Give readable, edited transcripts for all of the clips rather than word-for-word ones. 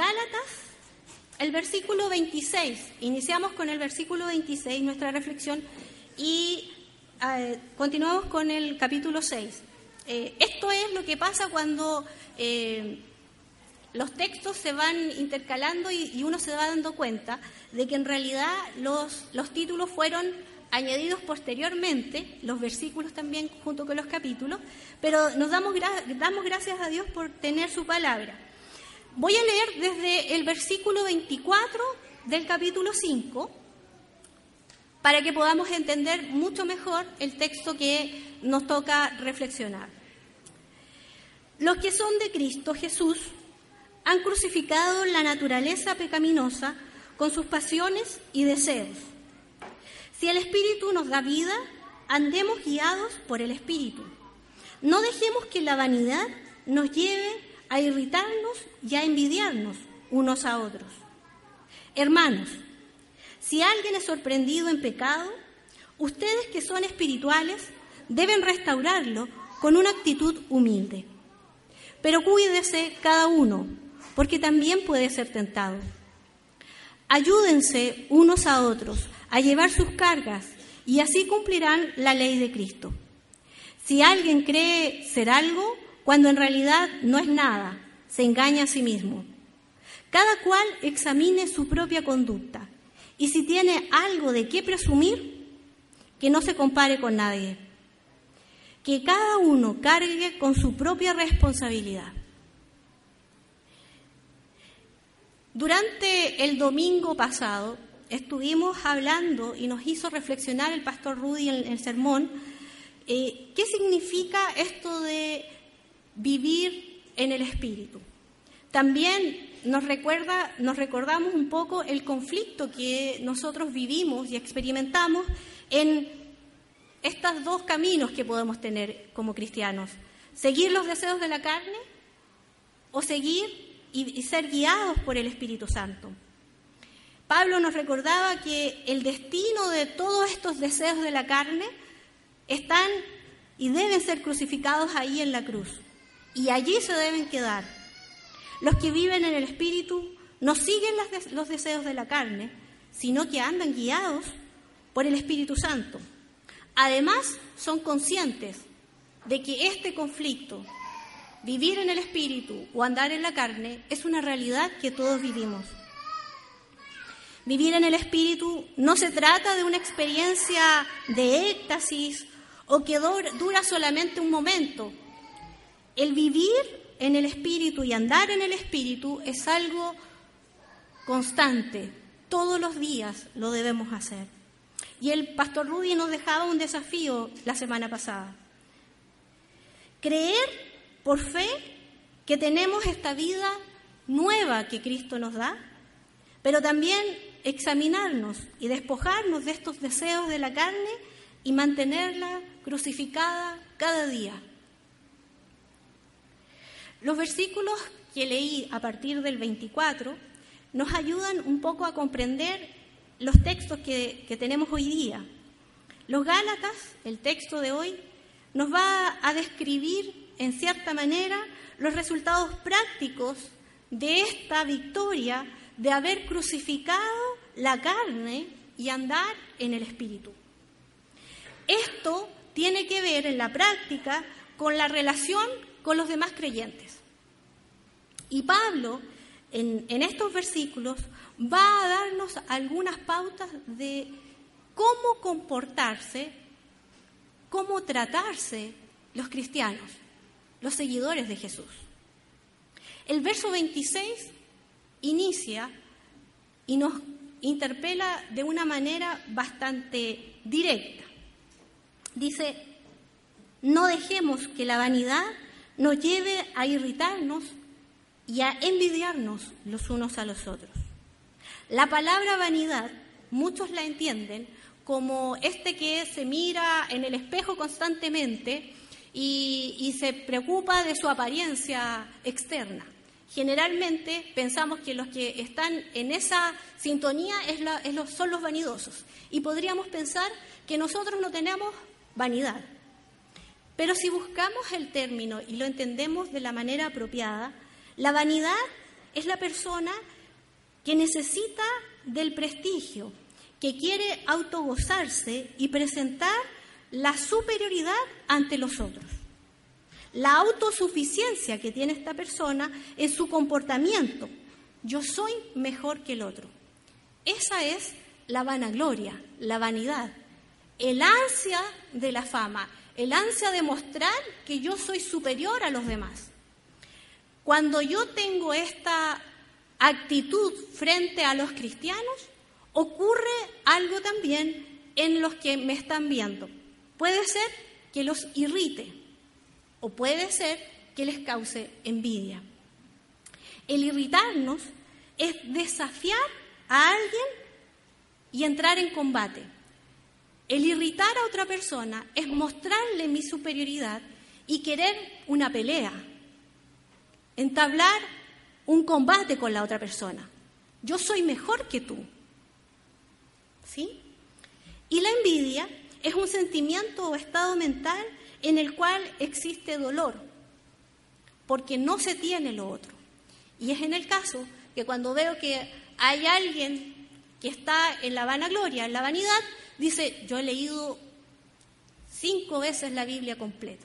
Gálatas, el versículo 26. Iniciamos con el versículo 26, nuestra reflexión, y continuamos con el capítulo 6. Esto es lo que pasa cuando los textos se van intercalando y uno se va dando cuenta de que en realidad los títulos fueron añadidos posteriormente, los versículos también junto con los capítulos, pero nos damos gracias a Dios por tener su palabra. Voy a leer desde el versículo 24 del capítulo 5 para que podamos entender mucho mejor el texto que nos toca reflexionar. Los que son de Cristo Jesús han crucificado la naturaleza pecaminosa con sus pasiones y deseos. Si el Espíritu nos da vida, andemos guiados por el Espíritu. No dejemos que la vanidad nos lleve a irritarnos y a envidiarnos unos a otros. Hermanos, si alguien es sorprendido en pecado, ustedes que son espirituales deben restaurarlo con una actitud humilde. Pero cuídese cada uno, porque también puede ser tentado. Ayúdense unos a otros a llevar sus cargas y así cumplirán la ley de Cristo. Si alguien cree ser algo, cuando en realidad no es nada, se engaña a sí mismo. Cada cual examine su propia conducta y si tiene algo de qué presumir, que no se compare con nadie. Que cada uno cargue con su propia responsabilidad. Durante el domingo pasado estuvimos hablando y nos hizo reflexionar el pastor Rudy en el sermón qué significa esto de vivir en el Espíritu. También nos recordamos un poco el conflicto que nosotros vivimos y experimentamos en estos dos caminos que podemos tener como cristianos: seguir los deseos de la carne o seguir y ser guiados por el Espíritu Santo. Pablo nos recordaba que el destino de todos estos deseos de la carne están y deben ser crucificados ahí en la cruz, y allí se deben quedar. Los que viven en el Espíritu no siguen los deseos de la carne, sino que andan guiados por el Espíritu Santo. Además, son conscientes de que este conflicto, vivir en el Espíritu o andar en la carne, es una realidad que todos vivimos. Vivir en el Espíritu no se trata de una experiencia de éxtasis o que dura solamente un momento. El vivir en el Espíritu y andar en el Espíritu es algo constante. Todos los días lo debemos hacer. Y el pastor Rudy nos dejaba un desafío la semana pasada. Creer por fe que tenemos esta vida nueva que Cristo nos da, pero también examinarnos y despojarnos de estos deseos de la carne y mantenerla crucificada cada día. Los versículos que leí a partir del 24 nos ayudan un poco a comprender los textos que tenemos hoy día. Los Gálatas, el texto de hoy, nos va a describir en cierta manera los resultados prácticos de esta victoria de haber crucificado la carne y andar en el Espíritu. Esto tiene que ver en la práctica con la relación con los demás creyentes. Y Pablo, en estos versículos, va a darnos algunas pautas de cómo comportarse, cómo tratarse los cristianos, los seguidores de Jesús. El verso 26 inicia y nos interpela de una manera bastante directa. Dice: no dejemos que la vanidad nos lleve a irritarnos y a envidiarnos los unos a los otros. La palabra vanidad, muchos la entienden como que se mira en el espejo constantemente y se preocupa de su apariencia externa. Generalmente pensamos que los que están en esa sintonía son los vanidosos, y podríamos pensar que nosotros no tenemos vanidad. Pero si buscamos el término y lo entendemos de la manera apropiada, la vanidad es la persona que necesita del prestigio, que quiere autogozarse y presentar la superioridad ante los otros. La autosuficiencia que tiene esta persona en su comportamiento. Yo soy mejor que el otro. Esa es la vanagloria, la vanidad, el ansia de la fama, el ansia de mostrar que yo soy superior a los demás. Cuando yo tengo esta actitud frente a los cristianos, ocurre algo también en los que me están viendo. Puede ser que los irrite o puede ser que les cause envidia. El irritarnos es desafiar a alguien y entrar en combate. El irritar a otra persona es mostrarle mi superioridad y querer una pelea, entablar un combate con la otra persona. Yo soy mejor que tú. ¿Sí? Y la envidia es un sentimiento o estado mental en el cual existe dolor, porque no se tiene lo otro. Y es en el caso que cuando veo que hay alguien que está en la vanagloria, en la vanidad, dice, yo he leído 5 veces la Biblia completa.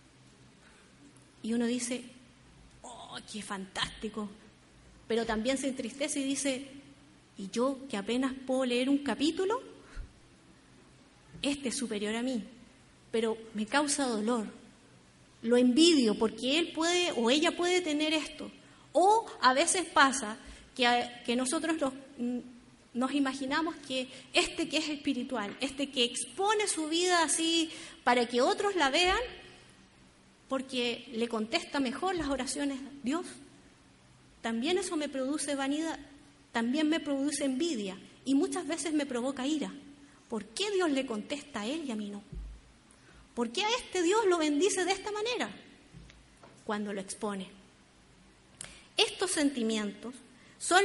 Y uno dice, ¡oh, qué fantástico! Pero también se entristece y dice, ¿y yo que apenas puedo leer un capítulo? Este es superior a mí, pero me causa dolor. Lo envidio porque él puede o ella puede tener esto. O a veces pasa que nosotros nos imaginamos que este que es espiritual, este que expone su vida así para que otros la vean, porque le contesta mejor las oraciones a Dios, también eso me produce vanidad, también me produce envidia y muchas veces me provoca ira. ¿Por qué Dios le contesta a él y a mí no? ¿Por qué a este Dios lo bendice de esta manera? Cuando lo expone. Estos sentimientos son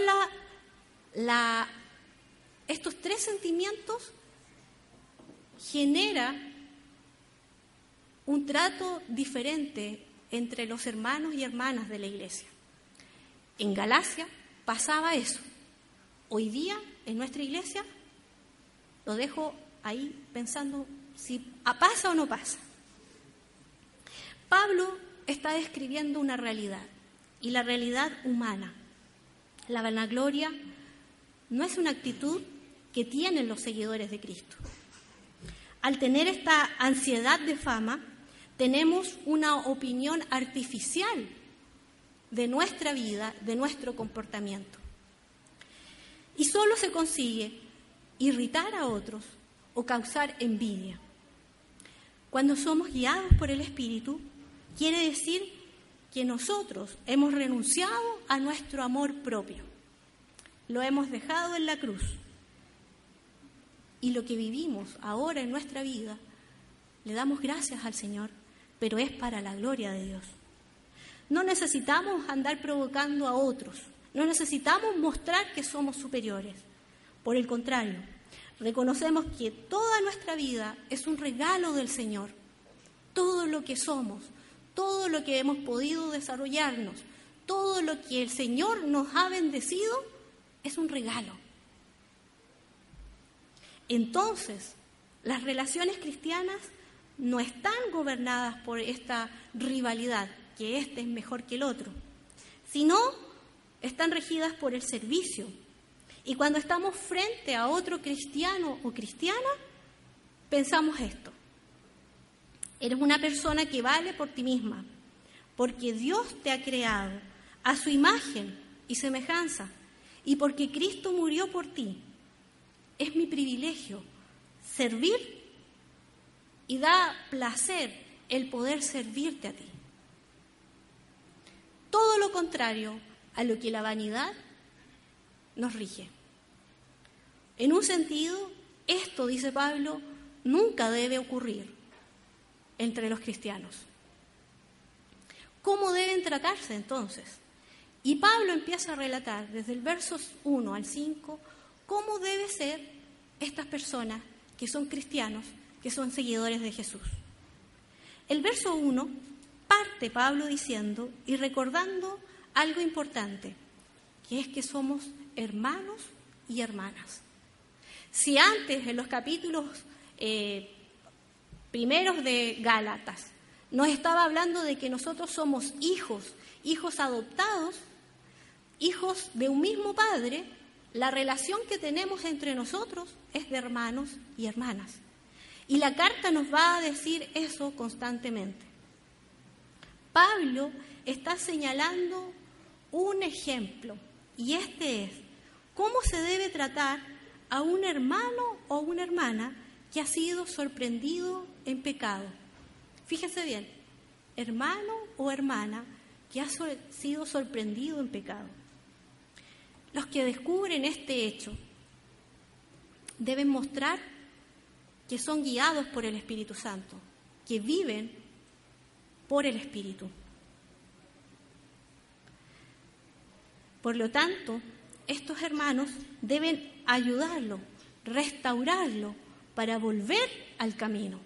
estos 3 sentimientos generan un trato diferente entre los hermanos y hermanas de la iglesia. En Galacia pasaba eso. Hoy día, en nuestra iglesia, lo dejo ahí pensando si pasa o no pasa. Pablo está describiendo una realidad, y la realidad humana. La vanagloria no es una actitud que tienen los seguidores de Cristo. Al tener esta ansiedad de fama, tenemos una opinión artificial de nuestra vida, de nuestro comportamiento. Y solo se consigue irritar a otros o causar envidia. Cuando somos guiados por el Espíritu, quiere decir que nosotros hemos renunciado a nuestro amor propio. Lo hemos dejado en la cruz. Y lo que vivimos ahora en nuestra vida, le damos gracias al Señor, pero es para la gloria de Dios. No necesitamos andar provocando a otros, no necesitamos mostrar que somos superiores. Por el contrario, reconocemos que toda nuestra vida es un regalo del Señor. Todo lo que somos, todo lo que hemos podido desarrollarnos, todo lo que el Señor nos ha bendecido, es un regalo. Entonces, las relaciones cristianas no están gobernadas por esta rivalidad, que este es mejor que el otro, sino están regidas por el servicio. Y cuando estamos frente a otro cristiano o cristiana, pensamos esto: eres una persona que vale por ti misma, porque Dios te ha creado a su imagen y semejanza, y porque Cristo murió por ti. Es mi privilegio servir y da placer el poder servirte a ti. Todo lo contrario a lo que la vanidad nos rige. En un sentido, esto, dice Pablo, nunca debe ocurrir entre los cristianos. ¿Cómo deben tratarse entonces? Y Pablo empieza a relatar desde el versos 1 al 5 cómo deben ser estas personas que son cristianos, que son seguidores de Jesús. El verso 1 parte Pablo diciendo y recordando algo importante. que es que somos hermanos y hermanas. Si antes, en los capítulos primeros de Gálatas, nos estaba hablando de que nosotros somos hijos adoptados, hijos de un mismo Padre, la relación que tenemos entre nosotros es de hermanos y hermanas. Y la carta nos va a decir eso constantemente. Pablo está señalando un ejemplo, y este es cómo se debe tratar a un hermano o una hermana que ha sido sorprendido en pecado. Fíjese bien, hermano o hermana que ha sido sorprendido en pecado. Los que descubren este hecho deben mostrar que son guiados por el Espíritu Santo, que viven por el Espíritu. Por lo tanto, estos hermanos deben ayudarlo, restaurarlo para volver al camino.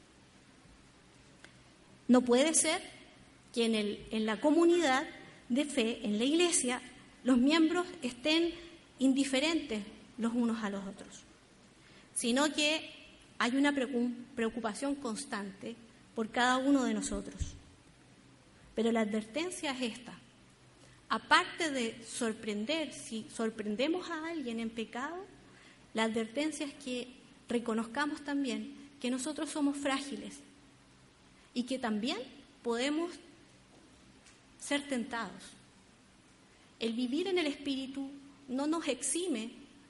No puede ser que en la comunidad de fe, en la iglesia, los miembros estén indiferentes los unos a los otros, sino que hay una preocupación constante por cada uno de nosotros. Pero la advertencia es esta. Aparte de sorprender, si sorprendemos a alguien en pecado, la advertencia es que reconozcamos también que nosotros somos frágiles y que también podemos ser tentados. El vivir en el Espíritu no nos exime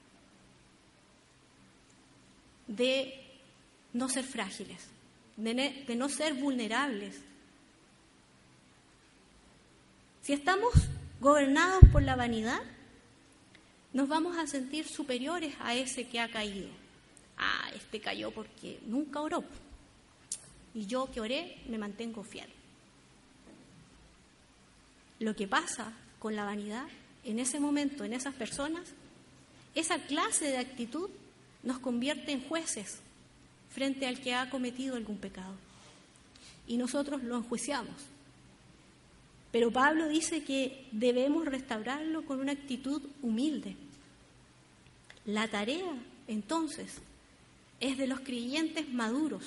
de no ser frágiles, de no ser vulnerables. Si estamos gobernados por la vanidad, nos vamos a sentir superiores a ese que ha caído. Este cayó porque nunca oró. Y yo que oré me mantengo fiel. Lo que pasa con la vanidad en ese momento, en esas personas, esa clase de actitud nos convierte en jueces frente al que ha cometido algún pecado. Y nosotros lo enjuiciamos. Pero Pablo dice que debemos restaurarlo con una actitud humilde. La tarea, entonces, es de los creyentes maduros.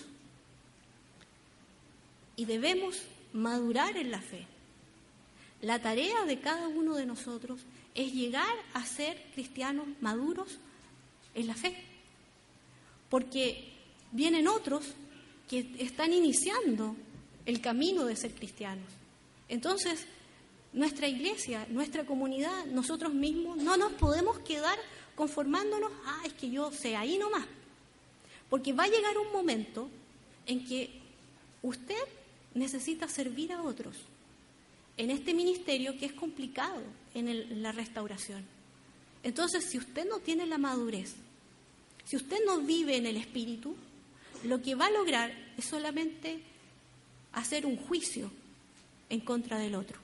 Y debemos madurar en la fe. La tarea de cada uno de nosotros es llegar a ser cristianos maduros en la fe. Porque vienen otros que están iniciando el camino de ser cristianos. Entonces, nuestra iglesia, nuestra comunidad, nosotros mismos, no nos podemos quedar conformándonos, es que yo sé ahí nomás. Porque va a llegar un momento en que usted necesita servir a otros en este ministerio que es complicado en la restauración. Entonces, si usted no tiene la madurez, si usted no vive en el Espíritu, lo que va a lograr es solamente hacer un juicio en contra del otro.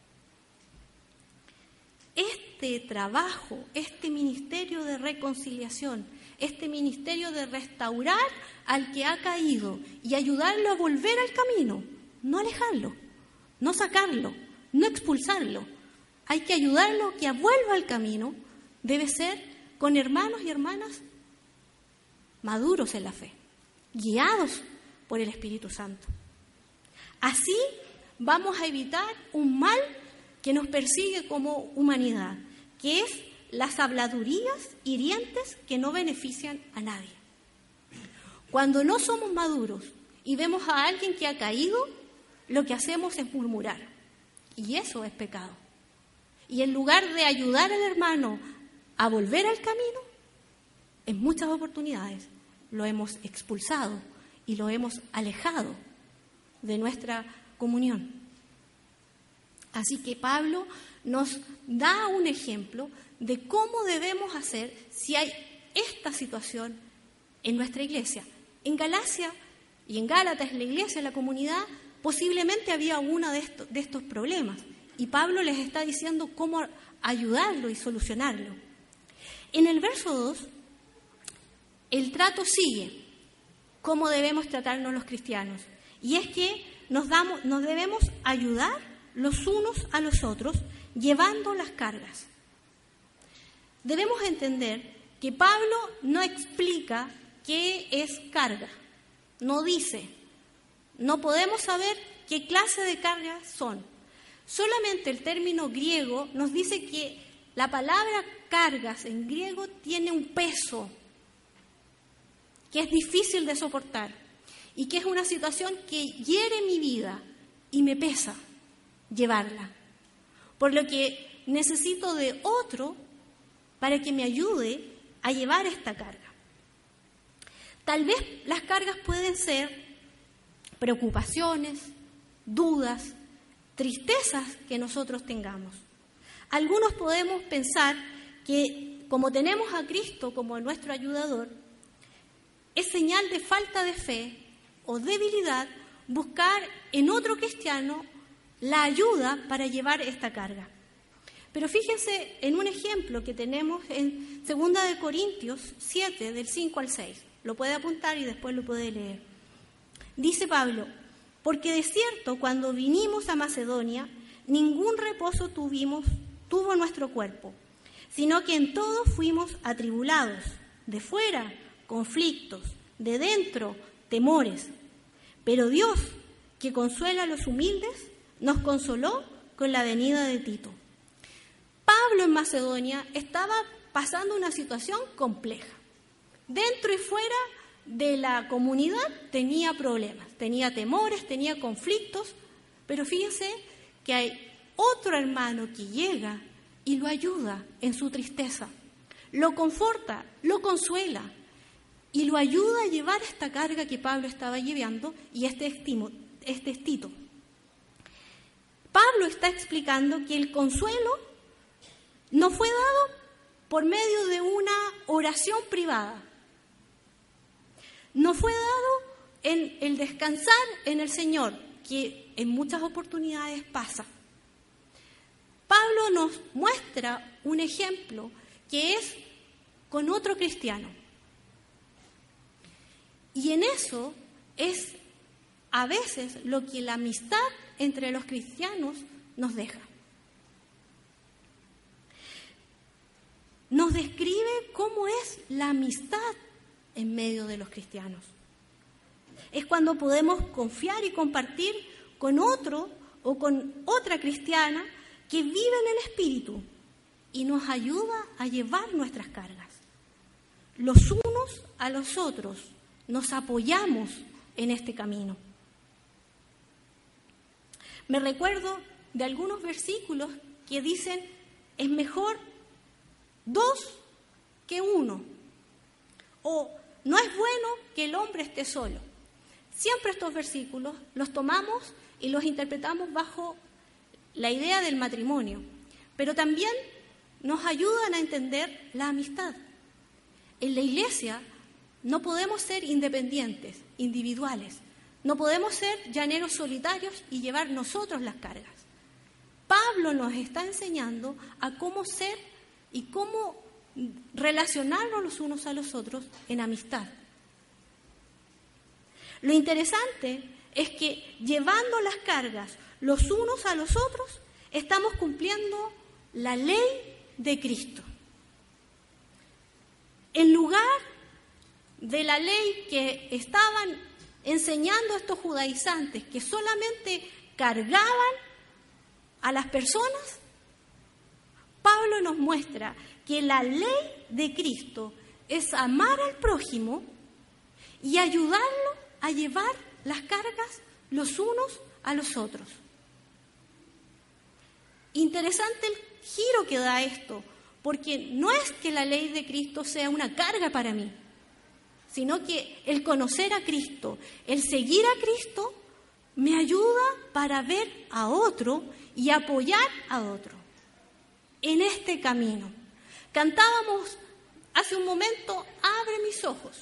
Este trabajo, este ministerio de reconciliación, este ministerio de restaurar al que ha caído y ayudarlo a volver al camino, no alejarlo, no sacarlo, no expulsarlo. Hay que ayudarlo a que vuelva al camino. Debe ser con hermanos y hermanas maduros en la fe, guiados por el Espíritu Santo. Así vamos a evitar un mal que nos persigue como humanidad, que es las habladurías hirientes que no benefician a nadie. Cuando no somos maduros y vemos a alguien que ha caído, lo que hacemos es murmurar, y eso es pecado. Y en lugar de ayudar al hermano a volver al camino, en muchas oportunidades lo hemos expulsado y lo hemos alejado de nuestra comunión. Así que Pablo nos da un ejemplo de cómo debemos hacer si hay esta situación en nuestra iglesia. En Galacia y en Gálatas, en la iglesia, en la comunidad, posiblemente había uno de estos problemas. Y Pablo les está diciendo cómo ayudarlo y solucionarlo. En el verso 2, el trato sigue, cómo debemos tratarnos los cristianos. Y es que nos debemos ayudar los unos a los otros, llevando las cargas. debemos entender que Pablo no explica qué es carga, no dice, no podemos saber qué clase de cargas son. Solamente el término griego nos dice que la palabra cargas en griego tiene un peso que es difícil de soportar y que es una situación que hiere mi vida y me pesa llevarla. Por lo que necesito de otro para que me ayude a llevar esta carga. Tal vez las cargas pueden ser preocupaciones, dudas, tristezas que nosotros tengamos. Algunos podemos pensar que como tenemos a Cristo como nuestro ayudador, es señal de falta de fe o debilidad buscar en otro cristiano la ayuda para llevar esta carga. Pero fíjense en un ejemplo que tenemos en 2 Corintios 7, del 5 al 6. Lo puede apuntar y después lo puede leer. Dice Pablo, porque de cierto cuando vinimos a Macedonia, ningún reposo tuvo nuestro cuerpo, sino que en todo fuimos atribulados, de fuera conflictos, de dentro temores. Pero Dios, que consuela a los humildes, nos consoló con la venida de Tito. Pablo en Macedonia estaba pasando una situación compleja. Dentro y fuera de la comunidad tenía problemas, tenía temores, tenía conflictos, pero fíjense que hay otro hermano que llega y lo ayuda en su tristeza, lo conforta, lo consuela y lo ayuda a llevar esta carga que Pablo estaba llevando, y este es Tito. Pablo está explicando que el consuelo no fue dado por medio de una oración privada, no fue dado en el descansar en el Señor, que en muchas oportunidades pasa. Pablo nos muestra un ejemplo que es con otro cristiano. Y en eso es a veces lo que la amistad entre los cristianos nos deja. Nos describe cómo es la amistad en medio de los cristianos. Es cuando podemos confiar y compartir con otro o con otra cristiana que vive en el Espíritu y nos ayuda a llevar nuestras cargas. Los unos a los otros nos apoyamos en este camino. Me recuerdo de algunos versículos que dicen, es mejor 2 que 1, o no es bueno que el hombre esté solo. Siempre estos versículos los tomamos y los interpretamos bajo la idea del matrimonio, pero también nos ayudan a entender la amistad. En la iglesia no podemos ser independientes, individuales, no podemos ser llaneros solitarios y llevar nosotros las cargas. Pablo nos está enseñando a cómo ser y cómo relacionarnos los unos a los otros en amistad. Lo interesante es que llevando las cargas los unos a los otros, estamos cumpliendo la ley de Cristo. En lugar de la ley que estaban enseñando estos judaizantes, que solamente cargaban a las personas, Pablo nos muestra que la ley de Cristo es amar al prójimo y ayudarlo a llevar las cargas los unos a los otros. Interesante el giro que da esto, porque no es que la ley de Cristo sea una carga para mí, sino que el conocer a Cristo, el seguir a Cristo, me ayuda para ver a otro y apoyar a otro en este camino. Cantábamos hace un momento, abre mis ojos.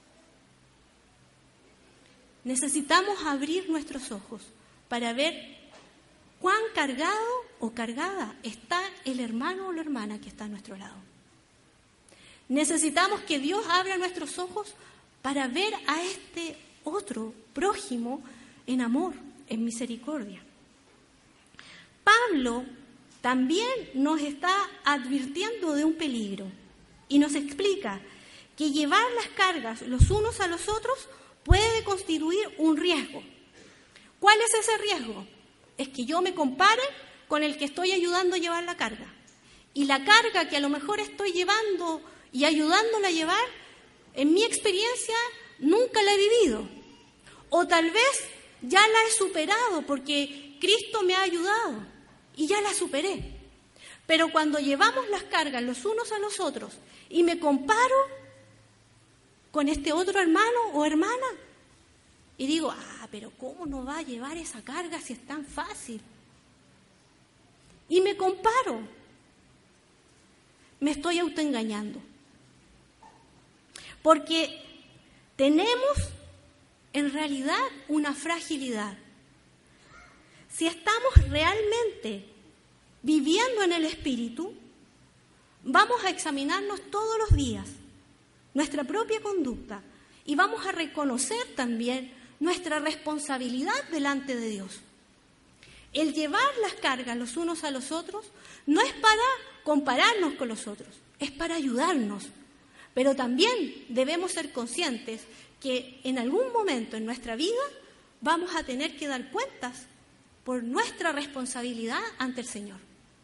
Necesitamos abrir nuestros ojos para ver cuán cargado o cargada está el hermano o la hermana que está a nuestro lado. Necesitamos que Dios abra nuestros ojos para ver a este otro prójimo en amor, en misericordia. Pablo también nos está advirtiendo de un peligro y nos explica que llevar las cargas los unos a los otros puede constituir un riesgo. ¿Cuál es ese riesgo? Es que yo me compare con el que estoy ayudando a llevar la carga. Y la carga que a lo mejor estoy llevando y ayudándola a llevar, en mi experiencia, nunca la he vivido. O tal vez ya la he superado porque Cristo me ha ayudado y ya la superé. Pero cuando llevamos las cargas los unos a los otros y me comparo con este otro hermano o hermana y digo, pero ¿cómo no va a llevar esa carga si es tan fácil? Y me comparo, me estoy autoengañando. Porque tenemos en realidad una fragilidad. Si estamos realmente viviendo en el Espíritu, vamos a examinarnos todos los días nuestra propia conducta y vamos a reconocer también nuestra responsabilidad delante de Dios. El llevar las cargas los unos a los otros no es para compararnos con los otros, es para ayudarnos. Pero también debemos ser conscientes que en algún momento en nuestra vida vamos a tener que dar cuentas por nuestra responsabilidad ante el Señor.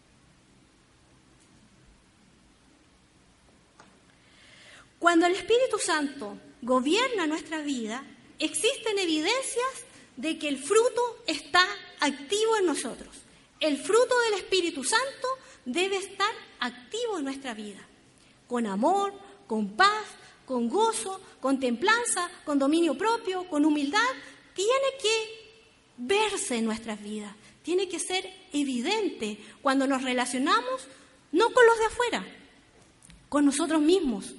Cuando el Espíritu Santo gobierna nuestra vida, existen evidencias de que el fruto está activo en nosotros. El fruto del Espíritu Santo debe estar activo en nuestra vida, con amor, con paz, con gozo, con templanza, con dominio propio, con humildad. Tiene que verse en nuestras vidas, tiene que ser evidente cuando nos relacionamos, no con los de afuera, con nosotros mismos.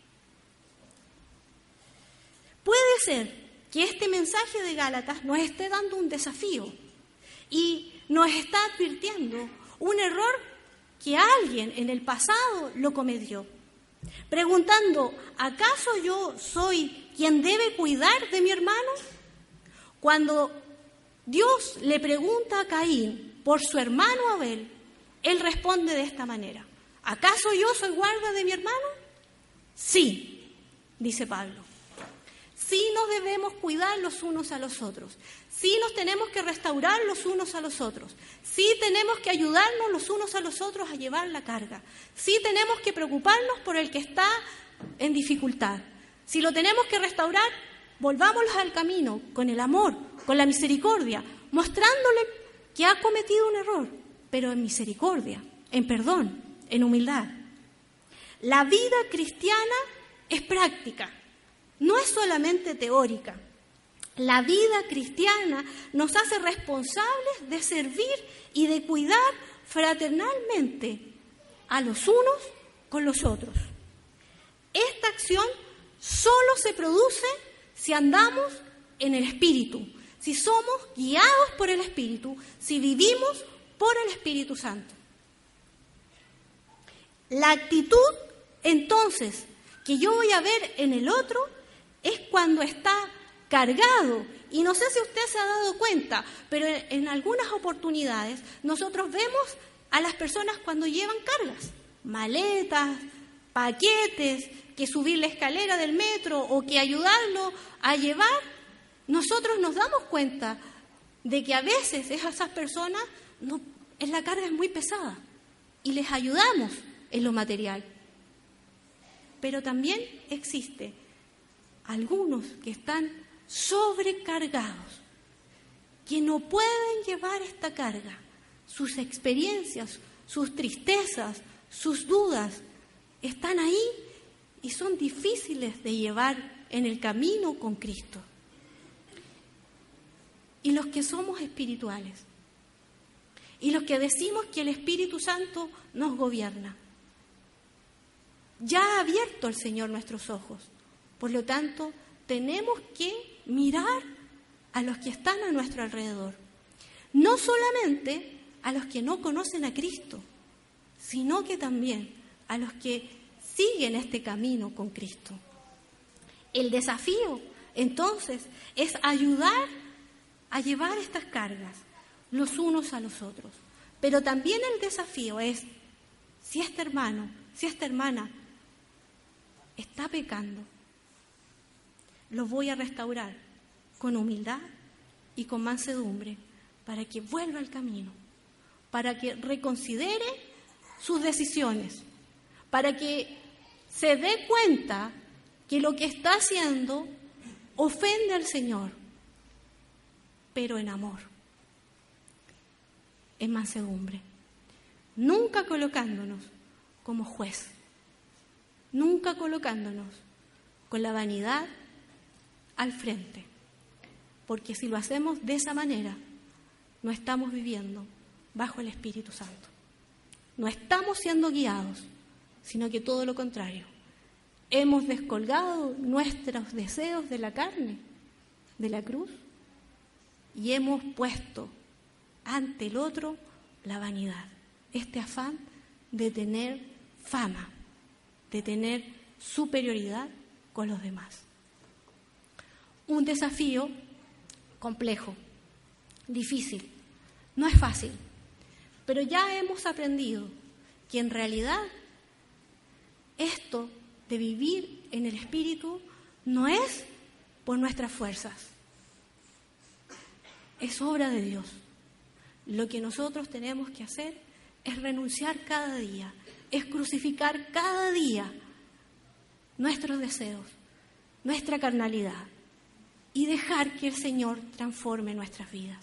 Puede ser que este mensaje de Gálatas nos esté dando un desafío y nos está advirtiendo un error que alguien en el pasado lo cometió, preguntando, ¿acaso yo soy quien debe cuidar de mi hermano? Cuando Dios le pregunta a Caín por su hermano Abel, él responde de esta manera, ¿acaso yo soy guarda de mi hermano? Sí, dice Pablo. Sí nos debemos cuidar los unos a los otros, sí nos tenemos que restaurar los unos a los otros, sí tenemos que ayudarnos los unos a los otros a llevar la carga, sí tenemos que preocuparnos por el que está en dificultad. Si lo tenemos que restaurar, volvámoslos al camino con el amor, con la misericordia, mostrándole que ha cometido un error, pero en misericordia, en perdón, en humildad. La vida cristiana es práctica. No es solamente teórica. La vida cristiana nos hace responsables de servir y de cuidar fraternalmente a los unos con los otros. Esta acción solo se produce si andamos en el Espíritu, si somos guiados por el Espíritu, si vivimos por el Espíritu Santo. La actitud, entonces, que yo voy a ver en el otro es cuando está cargado. Y no sé si usted se ha dado cuenta, pero en algunas oportunidades nosotros vemos a las personas cuando llevan cargas, maletas, paquetes, que subir la escalera del metro o que ayudarlo a llevar. Nosotros nos damos cuenta de que a veces esas personas, la carga es muy pesada y les ayudamos en lo material. Pero también existe algunos que están sobrecargados, que no pueden llevar esta carga, sus experiencias, sus tristezas, sus dudas, están ahí y son difíciles de llevar en el camino con Cristo. Y los que somos espirituales, y los que decimos que el Espíritu Santo nos gobierna, ya ha abierto el Señor nuestros ojos. Por lo tanto, tenemos que mirar a los que están a nuestro alrededor. No solamente a los que no conocen a Cristo, sino que también a los que siguen este camino con Cristo. El desafío, entonces, es ayudar a llevar estas cargas los unos a los otros. Pero también el desafío es, si este hermano, si esta hermana está pecando, lo voy a restaurar con humildad y con mansedumbre para que vuelva al camino, para que reconsidere sus decisiones, para que se dé cuenta que lo que está haciendo ofende al Señor, pero en amor, en mansedumbre, nunca colocándonos como juez, nunca colocándonos con la vanidad al frente, porque si lo hacemos de esa manera, no estamos viviendo bajo el Espíritu Santo, no estamos siendo guiados, sino que todo lo contrario, hemos descolgado nuestros deseos de la carne, de la cruz, y hemos puesto ante el otro la vanidad, este afán de tener fama, de tener superioridad con los demás. Un desafío complejo, difícil, no es fácil, pero ya hemos aprendido que en realidad esto de vivir en el Espíritu no es por nuestras fuerzas, es obra de Dios. Lo que nosotros tenemos que hacer es renunciar cada día, es crucificar cada día nuestros deseos, nuestra carnalidad y dejar que el Señor transforme nuestras vidas.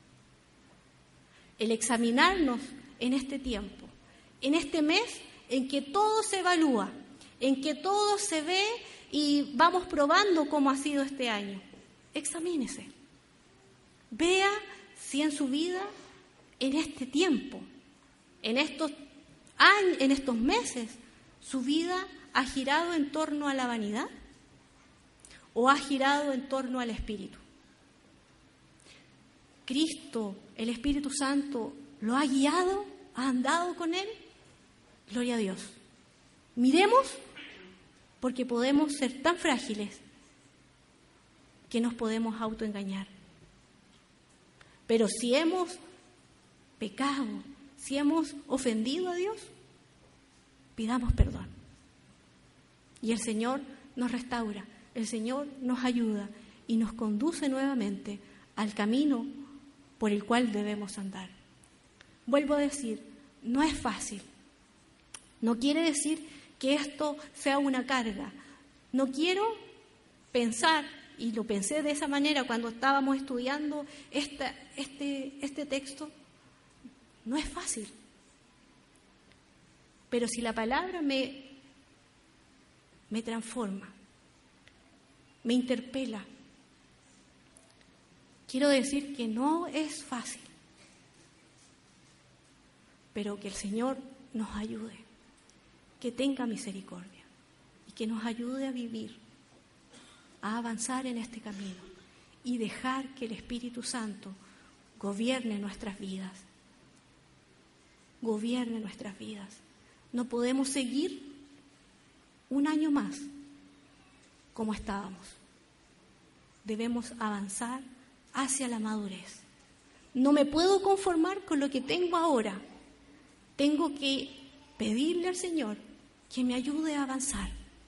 El examinarnos en este tiempo, en este mes en que todo se evalúa, en que todo se ve y vamos probando cómo ha sido este año. Examínese. Vea si en su vida, en este tiempo, en estos años, en estos meses, su vida ha girado en torno a la vanidad o ha girado en torno al Espíritu. Cristo, el Espíritu Santo, ¿lo ha guiado? ¿Ha andado con Él? Gloria a Dios. Miremos, porque podemos ser tan frágiles que nos podemos autoengañar. Pero si hemos pecado, si hemos ofendido a Dios, pidamos perdón. Y el Señor nos restaura, el Señor nos ayuda y nos conduce nuevamente al camino por el cual debemos andar. Vuelvo a decir, no es fácil. No quiere decir que esto sea una carga. No quiero pensar, y lo pensé de esa manera cuando estábamos estudiando este texto, no es fácil. Pero si la palabra me transforma, me interpela, quiero decir que no es fácil, pero que el Señor nos ayude, que tenga misericordia y que nos ayude a vivir, a avanzar en este camino y dejar que el Espíritu Santo gobierne nuestras vidas. Gobierne nuestras vidas. No podemos seguir un año más como estábamos. Debemos avanzar hacia la madurez. No me puedo conformar con lo que tengo ahora. Tengo que pedirle al Señor que me ayude a avanzar.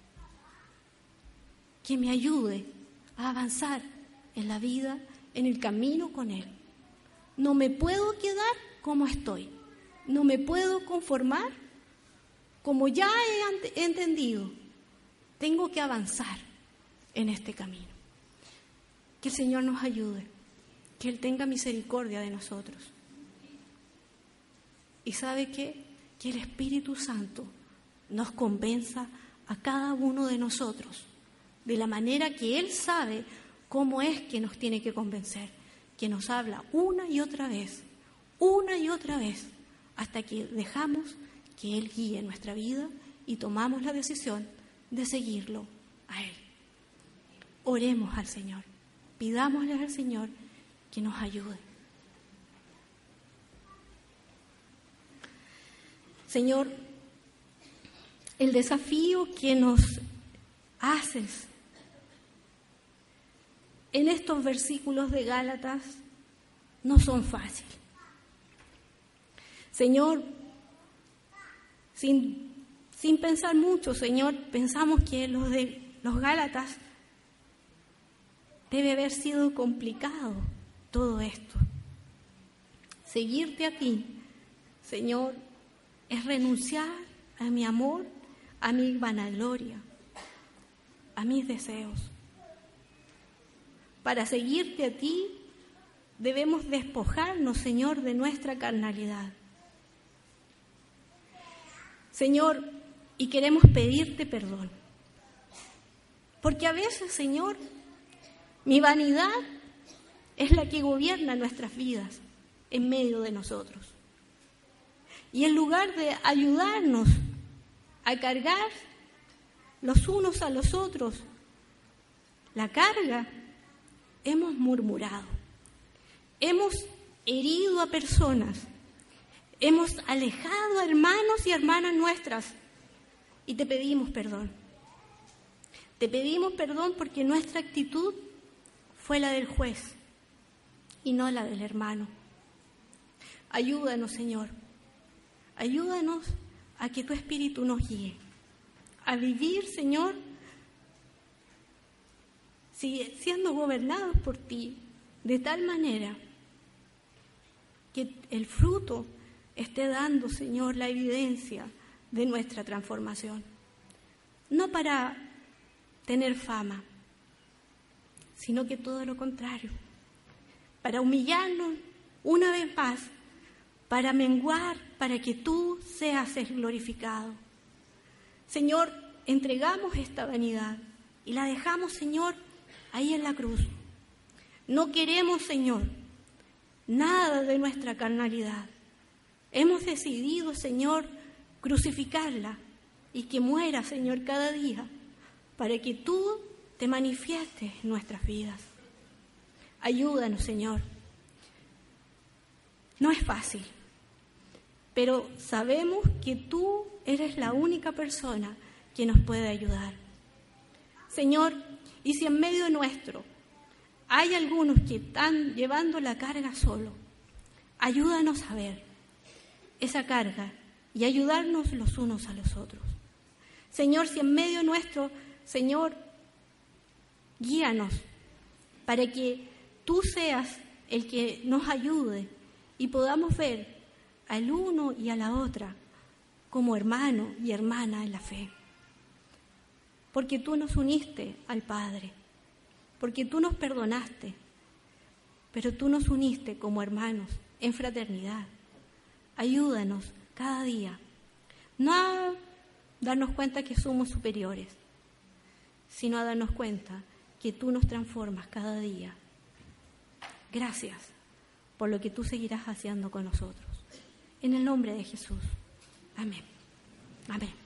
Que me ayude a avanzar en la vida, en el camino con Él. No me puedo quedar como estoy. No me puedo conformar como ya he entendido. Tengo que avanzar en este camino. Que el Señor nos ayude, que Él tenga misericordia de nosotros. ¿Y sabe qué? Que el Espíritu Santo nos convenza a cada uno de nosotros de la manera que Él sabe cómo es que nos tiene que convencer, que nos habla una y otra vez, hasta que dejamos que Él guíe nuestra vida y tomamos la decisión de seguirlo a Él. Oremos al Señor, pidámosle al Señor que nos ayude. Señor, el desafío que nos haces en estos versículos de Gálatas no son fáciles. Señor, sin pensar mucho, Señor, pensamos que los de los Gálatas debe haber sido complicado todo esto. Seguirte a ti, Señor, es renunciar a mi amor, a mi vanagloria, a mis deseos. Para seguirte a ti, debemos despojarnos, Señor, de nuestra carnalidad. Señor, y queremos pedirte perdón. Porque a veces, Señor, mi vanidad es la que gobierna nuestras vidas en medio de nosotros. Y en lugar de ayudarnos a cargar los unos a los otros la carga, hemos murmurado, hemos herido a personas, hemos alejado a hermanos y hermanas nuestras y te pedimos perdón. Te pedimos perdón porque nuestra actitud fue la del juez y no la del hermano. Ayúdanos, Señor. Ayúdanos a que tu Espíritu nos guíe, a vivir, Señor, siendo gobernados por ti, de tal manera que el fruto esté dando, Señor, la evidencia de nuestra transformación. No para tener fama, sino que todo lo contrario, para humillarnos una vez más, para menguar, para que tú seas el glorificado. Señor, entregamos esta vanidad y la dejamos, Señor, ahí en la cruz. No queremos, Señor, nada de nuestra carnalidad. Hemos decidido, Señor, crucificarla y que muera, Señor, cada día, para que tú te manifiestes en nuestras vidas. Ayúdanos, Señor. No es fácil, pero sabemos que tú eres la única persona que nos puede ayudar. Señor, y si en medio nuestro hay algunos que están llevando la carga solo, ayúdanos a ver esa carga y ayudarnos los unos a los otros. Señor, si en medio nuestro, Señor, guíanos para que tú seas el que nos ayude y podamos ver al uno y a la otra como hermano y hermana en la fe. Porque tú nos uniste al Padre, porque tú nos perdonaste, pero tú nos uniste como hermanos en fraternidad. Ayúdanos cada día, no a darnos cuenta que somos superiores, sino a darnos cuenta que tú nos transformas cada día. Gracias por lo que tú seguirás haciendo con nosotros. En el nombre de Jesús. Amén. Amén.